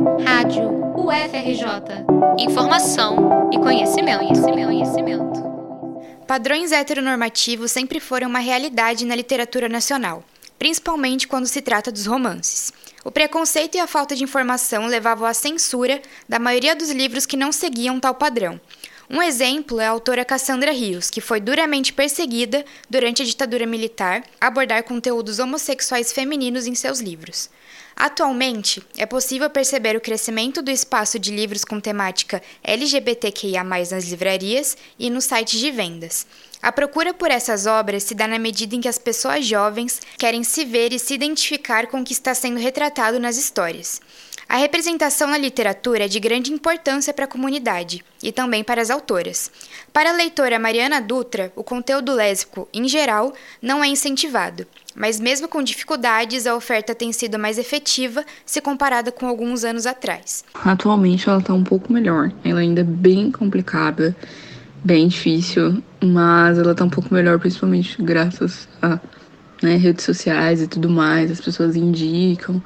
Rádio UFRJ. Informação e conhecimento. Padrões heteronormativos sempre foram uma realidade na literatura nacional, principalmente quando se trata dos romances. O preconceito e a falta de informação levavam à censura da maioria dos livros que não seguiam tal padrão. Um exemplo é a autora Cassandra Rios, que foi duramente perseguida durante a ditadura militar a abordar conteúdos homossexuais femininos em seus livros. Atualmente, é possível perceber o crescimento do espaço de livros com temática LGBTQIA+, nas livrarias e nos sites de vendas. A procura por essas obras se dá na medida em que as pessoas jovens querem se ver e se identificar com o que está sendo retratado nas histórias. A representação na literatura é de grande importância para a comunidade e também para as autoras. Para a leitora Mariana Dutra, o conteúdo lésbico, em geral, não é incentivado, mas mesmo com dificuldades, a oferta tem sido mais efetiva se comparada com alguns anos atrás. Atualmente ela está um pouco melhor, ela ainda é bem complicada, bem difícil, mas ela está um pouco melhor principalmente graças a redes sociais e tudo mais, as pessoas indicam.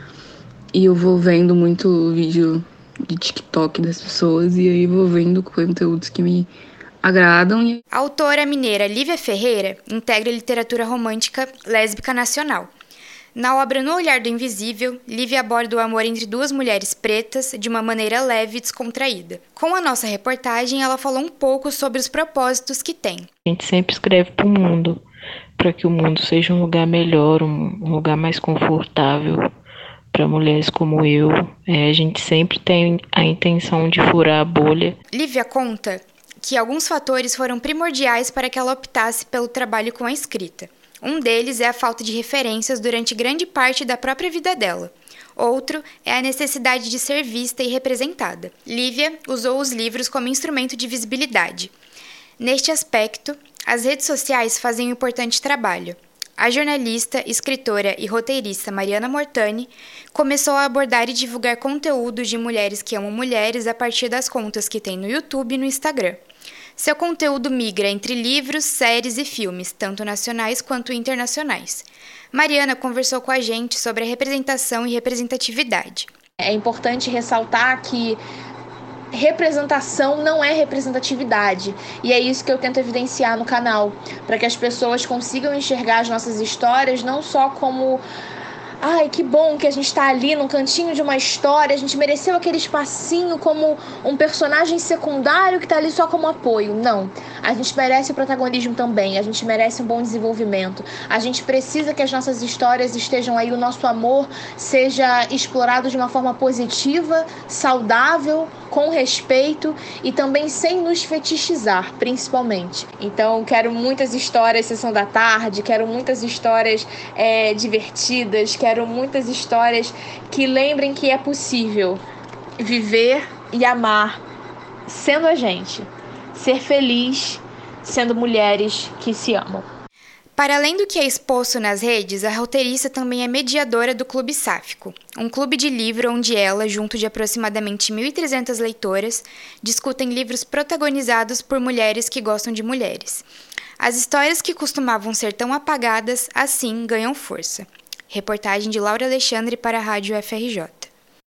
E eu vou vendo muito vídeo de TikTok das pessoas e aí vou vendo conteúdos que me agradam. A autora mineira Lívia Ferreira integra a literatura romântica lésbica nacional. Na obra No Olhar do Invisível, Lívia aborda o amor entre duas mulheres pretas de uma maneira leve e descontraída. Com a nossa reportagem, ela falou um pouco sobre os propósitos que tem. A gente sempre escreve para o mundo, para que o mundo seja um lugar melhor, um lugar mais confortável. Para mulheres como eu, a gente sempre tem a intenção de furar a bolha. Lívia conta que alguns fatores foram primordiais para que ela optasse pelo trabalho com a escrita. Um deles é a falta de referências durante grande parte da própria vida dela. Outro é a necessidade de ser vista e representada. Lívia usou os livros como instrumento de visibilidade. Neste aspecto, as redes sociais fazem um importante trabalho. A jornalista, escritora e roteirista Mariana Mortani começou a abordar e divulgar conteúdos de mulheres que amam mulheres a partir das contas que tem no YouTube e no Instagram. Seu conteúdo migra entre livros, séries e filmes, tanto nacionais quanto internacionais. Mariana conversou com a gente sobre a representação e representatividade. É importante ressaltar que representação não é representatividade, e é isso que eu tento evidenciar no canal, para que as pessoas consigam enxergar as nossas histórias não só como ai, que bom que a gente está ali no cantinho de uma história, a gente mereceu aquele espacinho como um personagem secundário que está ali só como apoio. Não, a gente merece o protagonismo também, a gente merece um bom desenvolvimento. A gente precisa que as nossas histórias estejam aí, o nosso amor seja explorado de uma forma positiva, saudável, com respeito e também sem nos fetichizar, principalmente. Então, quero muitas histórias Sessão da Tarde, quero muitas histórias divertidas, quero muitas histórias que lembrem que é possível viver e amar sendo a gente, ser feliz sendo mulheres que se amam. Para além do que é exposto nas redes, a roteirista também é mediadora do Clube Sáfico, um clube de livro onde ela, junto de aproximadamente 1.300 leitoras, discutem livros protagonizados por mulheres que gostam de mulheres. As histórias que costumavam ser tão apagadas, assim, ganham força. Reportagem de Laura Alexandre para a Rádio UFRJ.